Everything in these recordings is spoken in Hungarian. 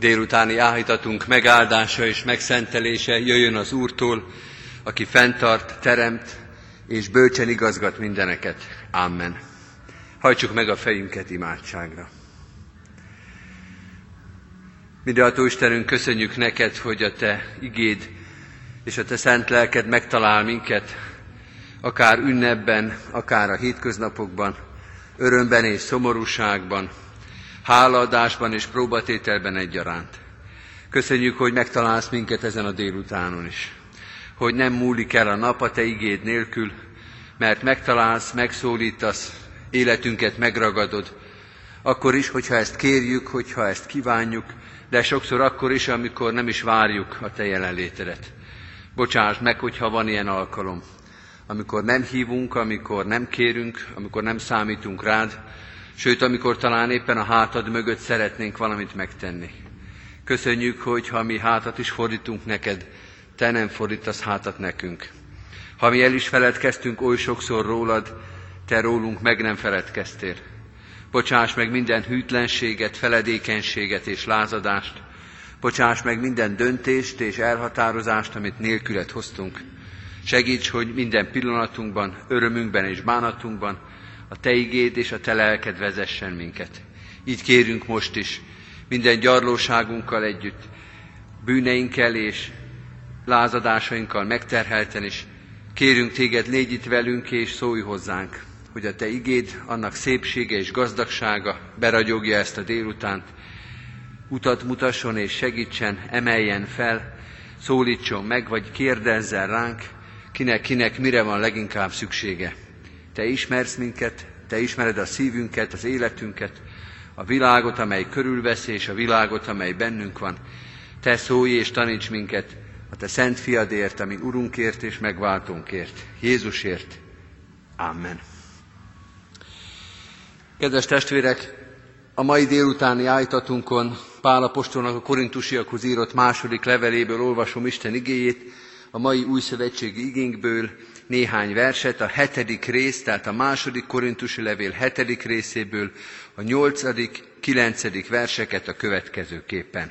Délutáni áhítatunk megáldása és megszentelése jöjjön az Úrtól, aki fenntart, teremt és bölcsen igazgat mindeneket. Amen. Hajtsuk meg a fejünket imádságra. Mindenható Istenünk, köszönjük neked, hogy a te igéd és a te szent lelked megtalál minket, akár ünnepben, akár a hétköznapokban, örömben és szomorúságban, hálaadásban és próbatételben egyaránt. Köszönjük, hogy megtalálsz minket ezen a délutánon is, hogy nem múlik el a nap a te igéd nélkül, mert megtalálsz, megszólítasz, életünket megragadod, akkor is, hogyha ezt kérjük, hogyha ezt kívánjuk, de sokszor akkor is, amikor nem is várjuk a te jelenlétedet. Bocsáss meg, hogyha van ilyen alkalom, amikor nem hívunk, amikor nem kérünk, amikor nem számítunk rád, sőt, amikor talán éppen a hátad mögött szeretnénk valamit megtenni. Köszönjük, hogy ha mi hátat is fordítunk neked, te nem fordítasz hátat nekünk. Ha mi el is feledkeztünk oly sokszor rólad, te rólunk meg nem feledkeztél. Bocsáss meg minden hűtlenséget, feledékenységet és lázadást. Bocsáss meg minden döntést és elhatározást, amit nélküled hoztunk. Segíts, hogy minden pillanatunkban, örömünkben és bánatunkban a te igéd és a te lelked vezessen minket. Így kérünk most is, minden gyarlóságunkkal együtt, bűneinkkel és lázadásainkkal megterhelten is, kérünk téged, légy itt velünk és szólj hozzánk, hogy a te igéd, annak szépsége és gazdagsága beragyogja ezt a délutánt, utat mutasson és segítsen, emeljen fel, szólítson meg, vagy kérdezzen ránk, kinek mire van leginkább szüksége. Te ismersz minket, te ismered a szívünket, az életünket, a világot, amely körülvesz, és a világot, amely bennünk van. Te szólj és taníts minket a te szent fiadért, ami Urunkért és megváltónkért, Jézusért. Amen. Kedves testvérek, a mai délutáni ájtatunkon Pál apostolnak a korintusiakhoz írott második leveléből olvasom Isten igéjét, a mai újszövetségi igénkből néhány verset, a 7. rész, tehát a második korintusi levél 7. részéből, a 8., 9. verseket a következőképpen.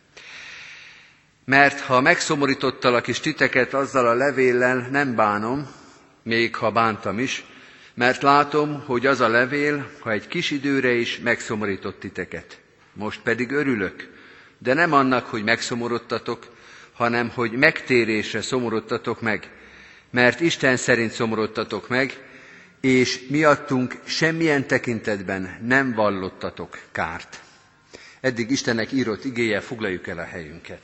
Mert ha megszomorítottalak is titeket azzal a levéllel, nem bánom, még ha bántam is, mert látom, hogy az a levél, ha egy kis időre is megszomorított titeket. Most pedig örülök, de nem annak, hogy megszomorodtatok, hanem hogy megtérésre szomorodtatok meg, mert Isten szerint szomorodtatok meg, és miattunk semmilyen tekintetben nem vallottatok kárt. Eddig Istennek írott igéje, foglaljuk el a helyünket.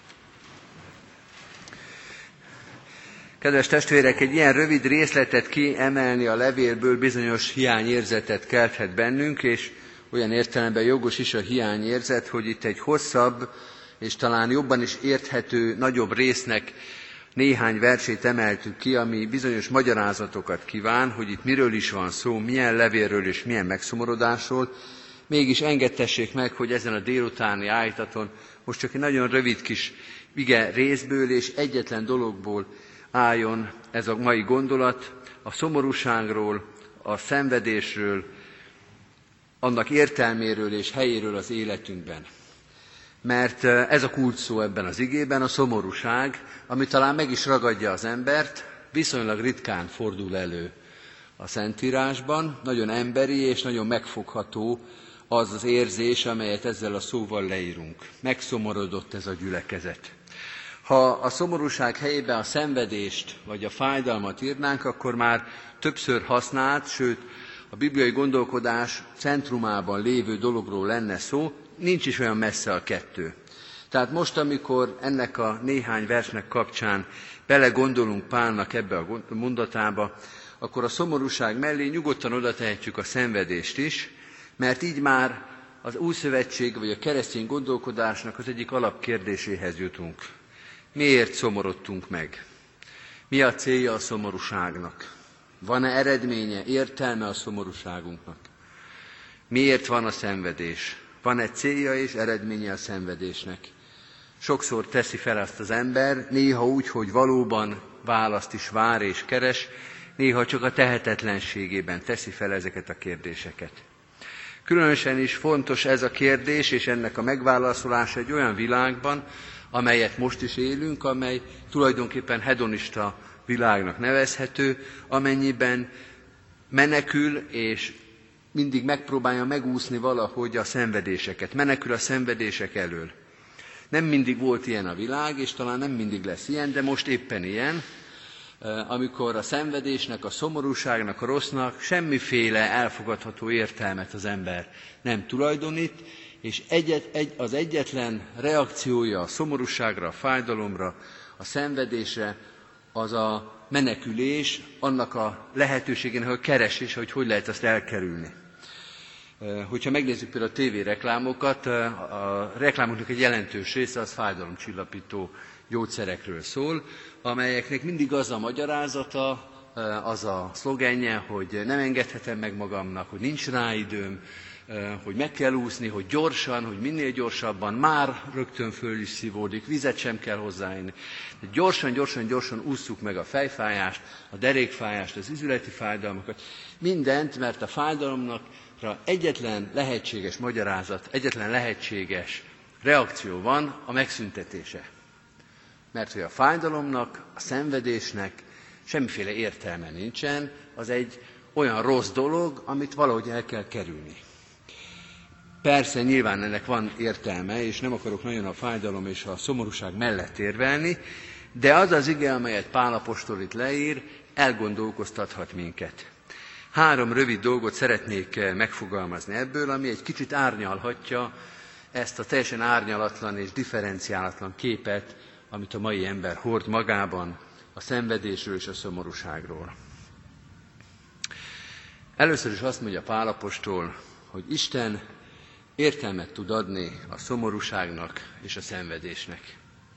Kedves testvérek, egy ilyen rövid részletet kiemelni a levélből bizonyos hiányérzetet kelthet bennünk, és olyan értelemben jogos is a hiányérzet, hogy itt egy hosszabb és talán jobban is érthető, nagyobb résznek néhány versét emeltük ki, ami bizonyos magyarázatokat kíván, hogy itt miről is van szó, milyen levélről és milyen megszomorodásról. Mégis engedtessék meg, hogy ezen a délutáni ájtaton most csak egy nagyon rövid kis ige részből és egyetlen dologból álljon ez a mai gondolat, a szomorúságról, a szenvedésről, annak értelméről és helyéről az életünkben. Mert ez a kulcs szó ebben az igében, a szomorúság, ami talán meg is ragadja az embert, viszonylag ritkán fordul elő a Szentírásban, nagyon emberi és nagyon megfogható az az érzés, amelyet ezzel a szóval leírunk. Megszomorodott ez a gyülekezet. Ha a szomorúság helyében a szenvedést vagy a fájdalmat írnánk, akkor már többször használt, sőt a bibliai gondolkodás centrumában lévő dologról lenne szó, nincs is olyan messze a kettő. Tehát most, amikor ennek a néhány versnek kapcsán belegondolunk Pálnak ebbe a mondatába, akkor a szomorúság mellé nyugodtan oda tehetjük a szenvedést is, mert így már az Újszövetség vagy a keresztény gondolkodásnak az egyik alapkérdéséhez jutunk. Miért szomorodtunk meg? Mi a célja a szomorúságnak? Van-e eredménye, értelme a szomorúságunknak? Miért van a szenvedés? Van-e célja és eredménye a szenvedésnek? Sokszor teszi fel ezt az ember, néha úgy, hogy valóban választ is vár és keres, néha csak a tehetetlenségében teszi fel ezeket a kérdéseket. Különösen is fontos ez a kérdés, és ennek a megválaszolása egy olyan világban, amelyet most is élünk, amely tulajdonképpen hedonista világnak nevezhető, amennyiben menekül és mindig megpróbálja megúszni valahogy a szenvedéseket, menekül a szenvedések elől. Nem mindig volt ilyen a világ, és talán nem mindig lesz ilyen, de most éppen ilyen, amikor a szenvedésnek, a szomorúságnak, a rossznak semmiféle elfogadható értelmet az ember nem tulajdonít, és az egyetlen reakciója a szomorúságra, a fájdalomra, a szenvedésre, az a menekülés, annak a lehetőségének a keresése, hogy lehet azt elkerülni. Hogyha megnézzük például a tévéreklámokat, a reklámoknak egy jelentős része az fájdalomcsillapító gyógyszerekről szól, amelyeknek mindig az a magyarázata, az a szlogenje, hogy nem engedhetem meg magamnak, hogy nincs rá időm, hogy meg kell úszni, hogy gyorsan, hogy minél gyorsabban, már rögtön föl is szívódik, vizet sem kell hozzáinni. Gyorsan ússzuk meg a fejfájást, a derékfájást, az izületi fájdalmakat, mindent, mert a fájdalomnak egyetlen lehetséges magyarázat, egyetlen lehetséges reakció van, a megszüntetése. Mert hogy a fájdalomnak, a szenvedésnek semmiféle értelme nincsen, az egy olyan rossz dolog, amit valahogy el kell kerülni. Persze nyilván ennek van értelme, és nem akarok nagyon a fájdalom és a szomorúság mellett érvelni, de az az ige, amelyet Pál apostol itt leír, elgondolkoztathat minket. 3 rövid dolgot szeretnék megfogalmazni ebből, ami egy kicsit árnyalhatja ezt a teljesen árnyalatlan és differenciálatlan képet, amit a mai ember hord magában a szenvedésről és a szomorúságról. Először is azt mondja Pál apostol, hogy Isten értelmet tud adni a szomorúságnak és a szenvedésnek.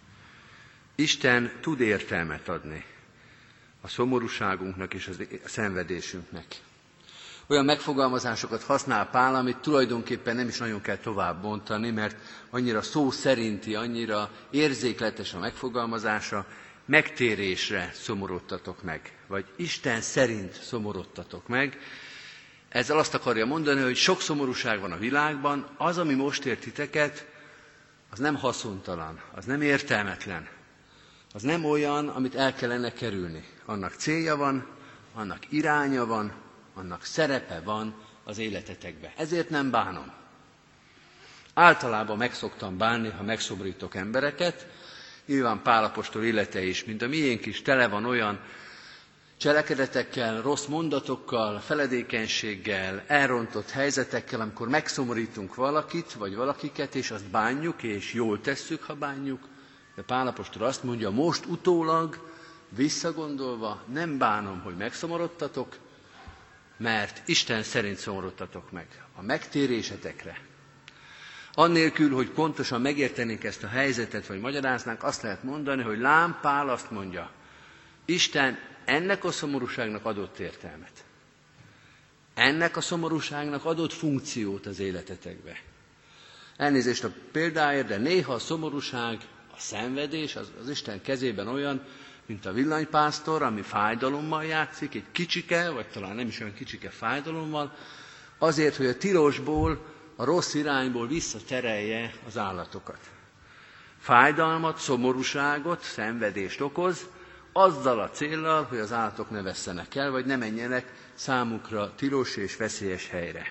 Isten tud értelmet adni a szomorúságunknak és a szenvedésünknek. Olyan megfogalmazásokat használ Pál, amit tulajdonképpen nem is nagyon kell tovább bontani, mert annyira szó szerinti, annyira érzékletes a megfogalmazása, megtérésre szomorodtatok meg, vagy Isten szerint szomorodtatok meg. Ezzel azt akarja mondani, hogy sok szomorúság van a világban, az, ami most ért titeket, az nem haszontalan, az nem értelmetlen, az nem olyan, amit el kellene kerülni. Annak célja van, annak iránya van, annak szerepe van az életetekbe. Ezért nem bánom. Általában meg szoktam bánni, ha megszomorítok embereket. Nyilván Pál apostol élete is, mint a miénk is, tele van olyan cselekedetekkel, rossz mondatokkal, feledékenységgel, elrontott helyzetekkel, amikor megszomorítunk valakit, vagy valakiket, és azt bánjuk, és jól tesszük, ha bánjuk. De Pál apostol azt mondja, most utólag, visszagondolva, nem bánom, hogy megszomorodtatok, mert Isten szerint szomorodtatok meg a megtérésetekre. Annélkül, hogy pontosan megértenénk ezt a helyzetet, vagy magyaráznánk, azt lehet mondani, hogy lám Pál azt mondja, Isten ennek a szomorúságnak adott értelmet. Ennek a szomorúságnak adott funkciót az életetekbe. Elnézést a példáért, de néha a szomorúság, a szenvedés az Isten kezében olyan, mint a villanypásztor, ami fájdalommal játszik, egy kicsike, vagy talán nem is olyan kicsike fájdalommal, azért, hogy a tilosból, a rossz irányból visszaterelje az állatokat. Fájdalmat, szomorúságot, szenvedést okoz, azzal a céllal, hogy az állatok ne vesszenek el, vagy ne menjenek számukra tilos és veszélyes helyre.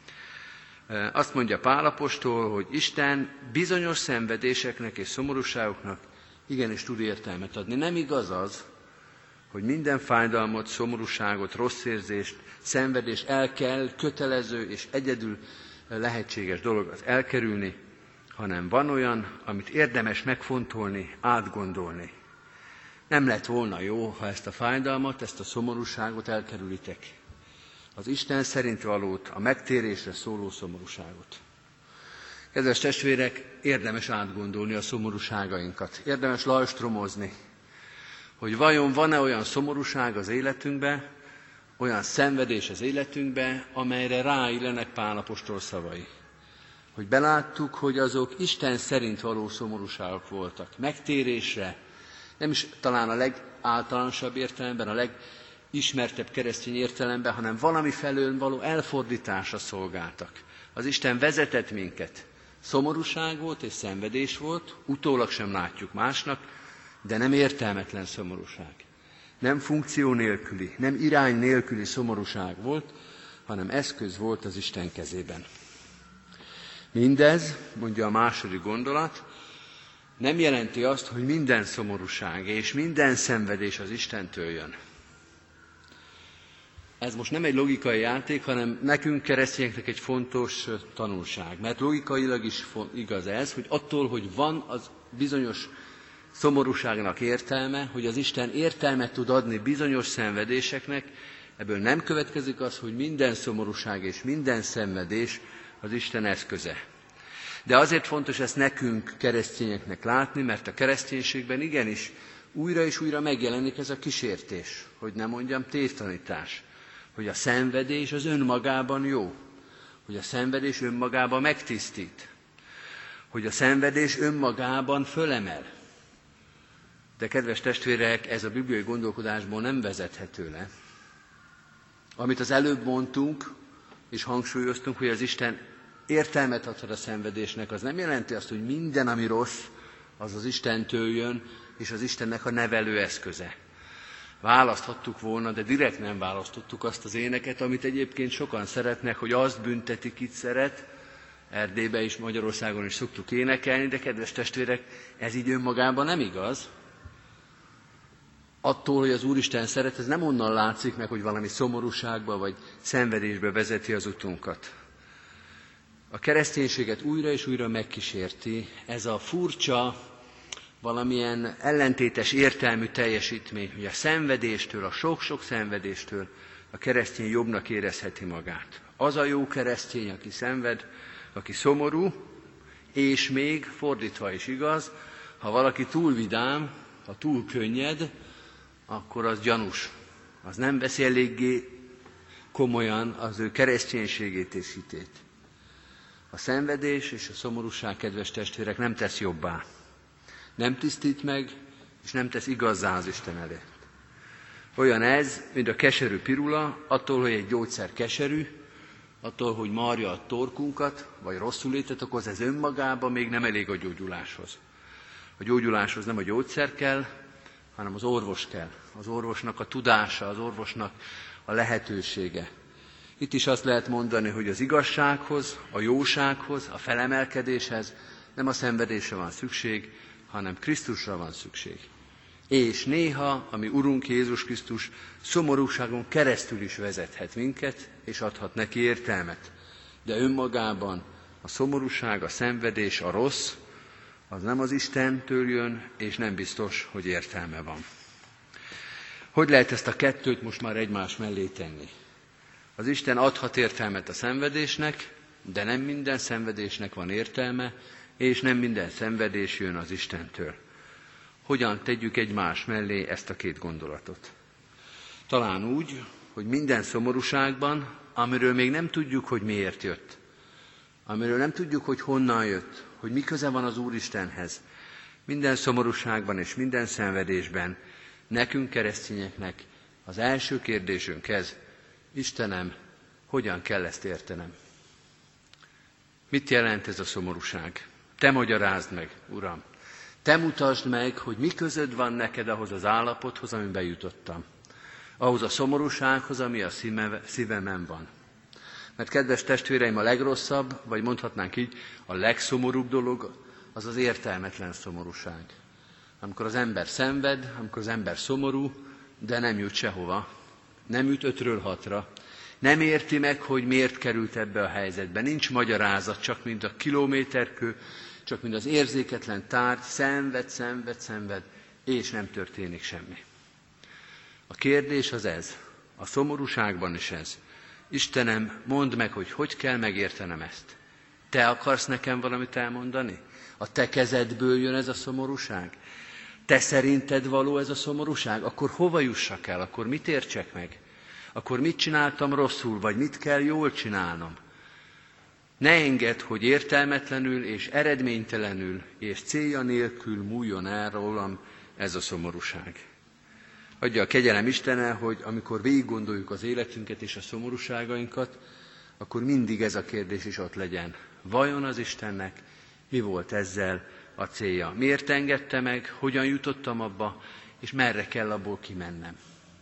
Azt mondja Pál apostol, hogy Isten bizonyos szenvedéseknek és szomorúságoknak igenis tud értelmet adni. Nem igaz az, hogy minden fájdalmat, szomorúságot, rossz érzést, szenvedést el kell, kötelező és egyedül lehetséges dolog az elkerülni, hanem van olyan, amit érdemes megfontolni, átgondolni. Nem lett volna jó, ha ezt a fájdalmat, ezt a szomorúságot elkerülitek. Az Isten szerint valót, a megtérésre szóló szomorúságot. Kedves testvérek, érdemes átgondolni a szomorúságainkat. Érdemes lajstromozni, hogy vajon van-e olyan szomorúság az életünkbe, olyan szenvedés az életünkbe, amelyre ráillenek Pál apostol szavai. Hogy beláttuk, hogy azok Isten szerint való szomorúságok voltak. Megtérésre, nem is talán a legáltalánosabb értelemben, a legismertebb keresztény értelemben, hanem valami felől való elfordításra szolgáltak. Az Isten vezetett minket. Szomorúság volt és szenvedés volt, utólag sem látjuk másnak, de nem értelmetlen szomorúság. Nem funkció nélküli, nem irány nélküli szomorúság volt, hanem eszköz volt az Isten kezében. Mindez, mondja a második gondolat, nem jelenti azt, hogy minden szomorúság és minden szenvedés az Istentől jön. Ez most nem egy logikai játék, hanem nekünk keresztényeknek egy fontos tanulság. Mert logikailag is igaz ez, hogy attól, hogy van az bizonyos szomorúságnak értelme, hogy az Isten értelmet tud adni bizonyos szenvedéseknek, ebből nem következik az, hogy minden szomorúság és minden szenvedés az Isten eszköze. De azért fontos ezt nekünk keresztényeknek látni, mert a kereszténységben igenis újra és újra megjelenik ez a kísértés, hogy nem mondjam tévtanítás, hogy a szenvedés az önmagában jó, hogy a szenvedés önmagában megtisztít, hogy a szenvedés önmagában fölemel. De kedves testvérek, ez a bibliai gondolkodásból nem vezethető le. Amit az előbb mondtunk, és hangsúlyoztunk, hogy az Isten értelmet adhat a szenvedésnek, az nem jelenti azt, hogy minden, ami rossz, az az Istentől jön, és az Istennek a nevelő eszköze. Választhattuk volna, de direkt nem választottuk azt az éneket, amit egyébként sokan szeretnek, hogy azt bünteti, kit szeret. Erdélyben is, Magyarországon is szoktuk énekelni, de kedves testvérek, ez így önmagában nem igaz. Attól, hogy az Úristen szeret, ez nem onnan látszik meg, hogy valami szomorúságba vagy szenvedésbe vezeti az utunkat. A kereszténységet újra és újra megkísérti ez a furcsa, valamilyen ellentétes értelmű teljesítmény, hogy a szenvedéstől, a sok-sok szenvedéstől a keresztény jobbnak érezheti magát. Az a jó keresztény, aki szenved, aki szomorú, és még fordítva is igaz, ha valaki túl vidám, ha túl könnyed, akkor az gyanús. Az nem veszi eléggé komolyan az ő kereszténységét és hitét. A szenvedés és a szomorúság, kedves testvérek, nem tesz jobbá. Nem tisztít meg, és nem tesz igazzá az Isten elé. Olyan ez, mint a keserű pirula, attól, hogy egy gyógyszer keserű, attól, hogy marja a torkunkat, vagy rosszul létet okoz, ez önmagában még nem elég a gyógyuláshoz. A gyógyuláshoz nem a gyógyszer kell, hanem az orvos kell. Az orvosnak a tudása, az orvosnak a lehetősége. Itt is azt lehet mondani, hogy az igazsághoz, a jósághoz, a felemelkedéshez nem a szenvedésre van szükség, hanem Krisztusra van szükség. És néha, ami Urunk Jézus Krisztus szomorúságon keresztül is vezethet minket, és adhat neki értelmet. De önmagában a szomorúság, a szenvedés, a rossz, az nem az Istentől jön, és nem biztos, hogy értelme van. Hogy lehet ezt a kettőt most már egymás mellé tenni? Az Isten adhat értelmet a szenvedésnek, de nem minden szenvedésnek van értelme, és nem minden szenvedés jön az Istentől. Hogyan tegyük egymás mellé ezt a két gondolatot? Talán úgy, hogy minden szomorúságban, amiről még nem tudjuk, hogy miért jött, amiről nem tudjuk, hogy honnan jött, hogy mi köze van az Úristenhez, minden szomorúságban és minden szenvedésben nekünk keresztényeknek az első kérdésünk ez: Istenem, hogyan kell ezt értenem? Mit jelent ez a szomorúság? Te magyarázd meg, Uram! Te mutasd meg, hogy mi közöd van neked ahhoz az állapothoz, amiben jutottam. Ahhoz a szomorúsághoz, ami a szívemen van. Mert kedves testvéreim, a legrosszabb, vagy mondhatnánk így, a legszomorúbb dolog, az az értelmetlen szomorúság. Amikor az ember szenved, amikor az ember szomorú, de nem jut sehova. Nem jut 5-ről 6-ra. Nem érti meg, hogy miért került ebbe a helyzetbe. Nincs magyarázat, csak mint a kilométerkő, csak mint az érzéketlen tárgy, szenved, és nem történik semmi. A kérdés az ez, a szomorúságban is ez. Istenem, mondd meg, hogy kell megértenem ezt. Te akarsz nekem valamit elmondani? A te kezedből jön ez a szomorúság? Te szerinted való ez a szomorúság? Akkor hova jussak el? Akkor mit értsek meg? Akkor mit csináltam rosszul, vagy mit kell jól csinálnom? Ne engedd, hogy értelmetlenül és eredménytelenül és célja nélkül múljon el rólam ez a szomorúság. Adja a kegyelem Istene, hogy amikor végig gondoljuk az életünket és a szomorúságainkat, akkor mindig ez a kérdés is ott legyen. Vajon az Istennek mi volt ezzel a célja? Miért engedte meg, hogyan jutottam abba, és merre kell abból kimennem?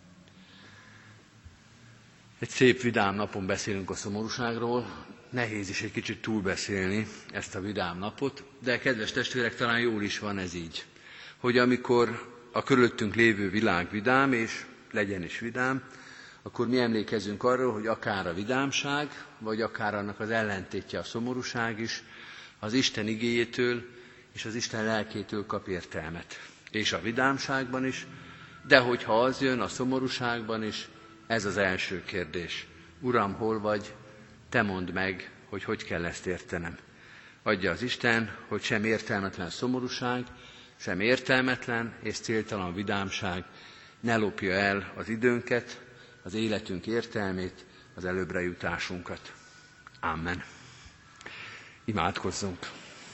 Egy szép, vidám napon beszélünk a szomorúságról, nehéz is egy kicsit túlbeszélni ezt a vidám napot, de kedves testvérek, talán jól is van ez így, hogy amikor a körülöttünk lévő világ vidám, és legyen is vidám, akkor mi emlékezünk arról, hogy akár a vidámság, vagy akár annak az ellentétje a szomorúság is, az Isten igéjétől és az Isten lelkétől kap értelmet. És a vidámságban is, de hogyha az jön a szomorúságban is, ez az első kérdés. Uram, hol vagy? Te mondd meg, hogy hogy kell ezt értenem. Adja az Isten, hogy sem értelmetlen szomorúság, sem értelmetlen és céltalan vidámság ne lopja el az időnket, az életünk értelmét, az előbbre jutásunkat. Amen. Imádkozzunk.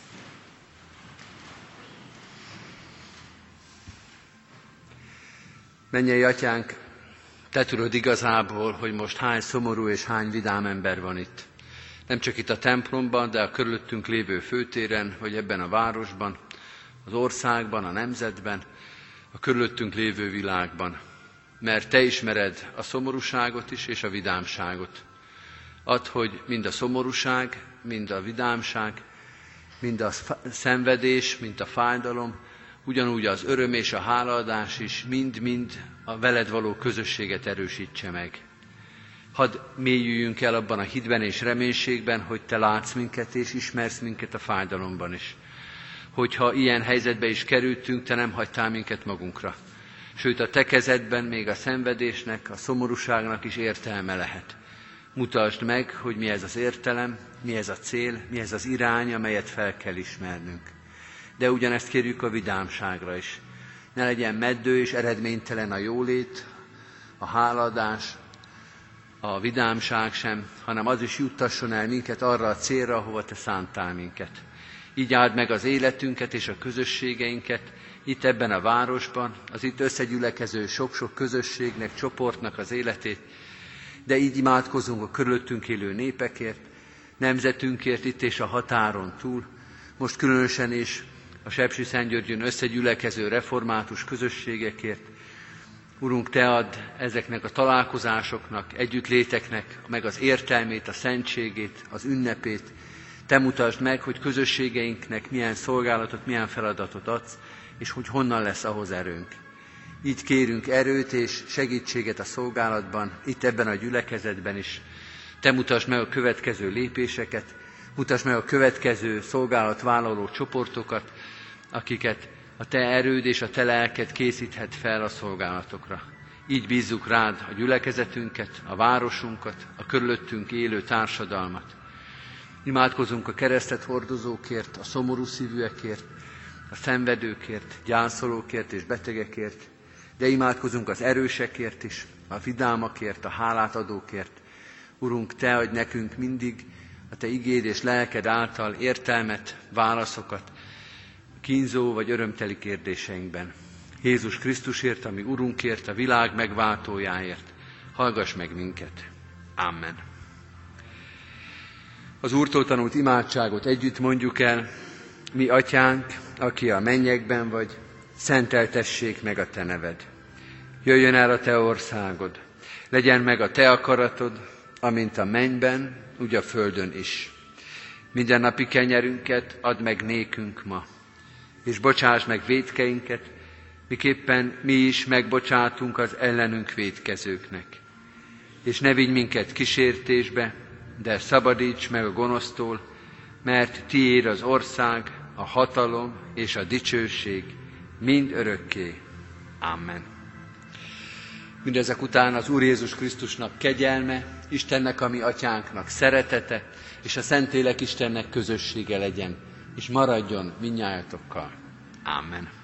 Mennyei Atyánk, Te tudod igazából, hogy most hány szomorú és hány vidám ember van itt. Nem csak itt a templomban, de a körülöttünk lévő főtéren, vagy ebben a városban, az országban, a nemzetben, a körülöttünk lévő világban. Mert Te ismered a szomorúságot is, és a vidámságot. Add, hogy mind a szomorúság, mind a vidámság, mind a szenvedés, mind a fájdalom, ugyanúgy az öröm és a hálaadás is mind-mind a veled való közösséget erősítse meg. Hadd mélyüljünk el abban a hitben és reménységben, hogy Te látsz minket és ismersz minket a fájdalomban is. Hogyha ilyen helyzetbe is kerültünk, Te nem hagytál minket magunkra. Sőt, a Te kezedben még a szenvedésnek, a szomorúságnak is értelme lehet. Mutasd meg, hogy mi ez az értelem, mi ez a cél, mi ez az irány, amelyet fel kell ismernünk. De ugyanezt kérjük a vidámságra is. Ne legyen meddő és eredménytelen a jólét, a hálaadás, a vidámság sem, hanem az is juttasson el minket arra a célra, ahova Te szántál minket. Így áld meg az életünket és a közösségeinket, itt ebben a városban, az itt összegyülekező sok-sok közösségnek, csoportnak az életét, de így imádkozunk a körülöttünk élő népekért, nemzetünkért itt és a határon túl, most különösen is a Sepsiszentgyörgyön összegyülekező református közösségekért. Urunk, Te add ezeknek a találkozásoknak, együttléteknek meg az értelmét, a szentségét, az ünnepét. Te mutasd meg, hogy közösségeinknek milyen szolgálatot, milyen feladatot adsz, és hogy honnan lesz ahhoz erőnk. Így kérünk erőt és segítséget a szolgálatban, itt ebben a gyülekezetben is. Te mutasd meg a következő lépéseket, mutasd meg a következő szolgálatvállaló csoportokat, akiket a Te erőd és a Te lelked készíthet fel a szolgálatokra. Így bízzuk rád a gyülekezetünket, a városunkat, a körülöttünk élő társadalmat. Imádkozunk a keresztet hordozókért, a szomorú szívűekért, a szenvedőkért, gyászolókért és betegekért, de imádkozunk az erősekért is, a vidámakért, a hálát adókért. Urunk, Te adj nekünk mindig a Te igéd és lelked által értelmet, válaszokat, kínzó vagy örömteli kérdéseinkben. Jézus Krisztusért, ami Urunkért, a világ megváltójáért, hallgass meg minket. Amen. Az Úrtól tanult imádságot együtt mondjuk el. Mi Atyánk, aki a mennyekben vagy, szenteltessék meg a Te neved. Jöjjön el a Te országod, legyen meg a Te akaratod, amint a mennyben, úgy a földön is. Mindennapi kenyerünket add meg nékünk ma, és bocsáss meg vétkeinket, miképpen mi is megbocsátunk az ellenünk vétkezőknek. És ne vigy minket kísértésbe, de szabadíts meg a gonosztól, mert Tiéd az ország, a hatalom és a dicsőség mind örökké. Amen. Mindezek után az Úr Jézus Krisztusnak kegyelme, Istennek, a mi Atyánknak szeretete, és a Szentlélek Istennek közössége legyen, és maradjon mindnyájatokkal. Amen.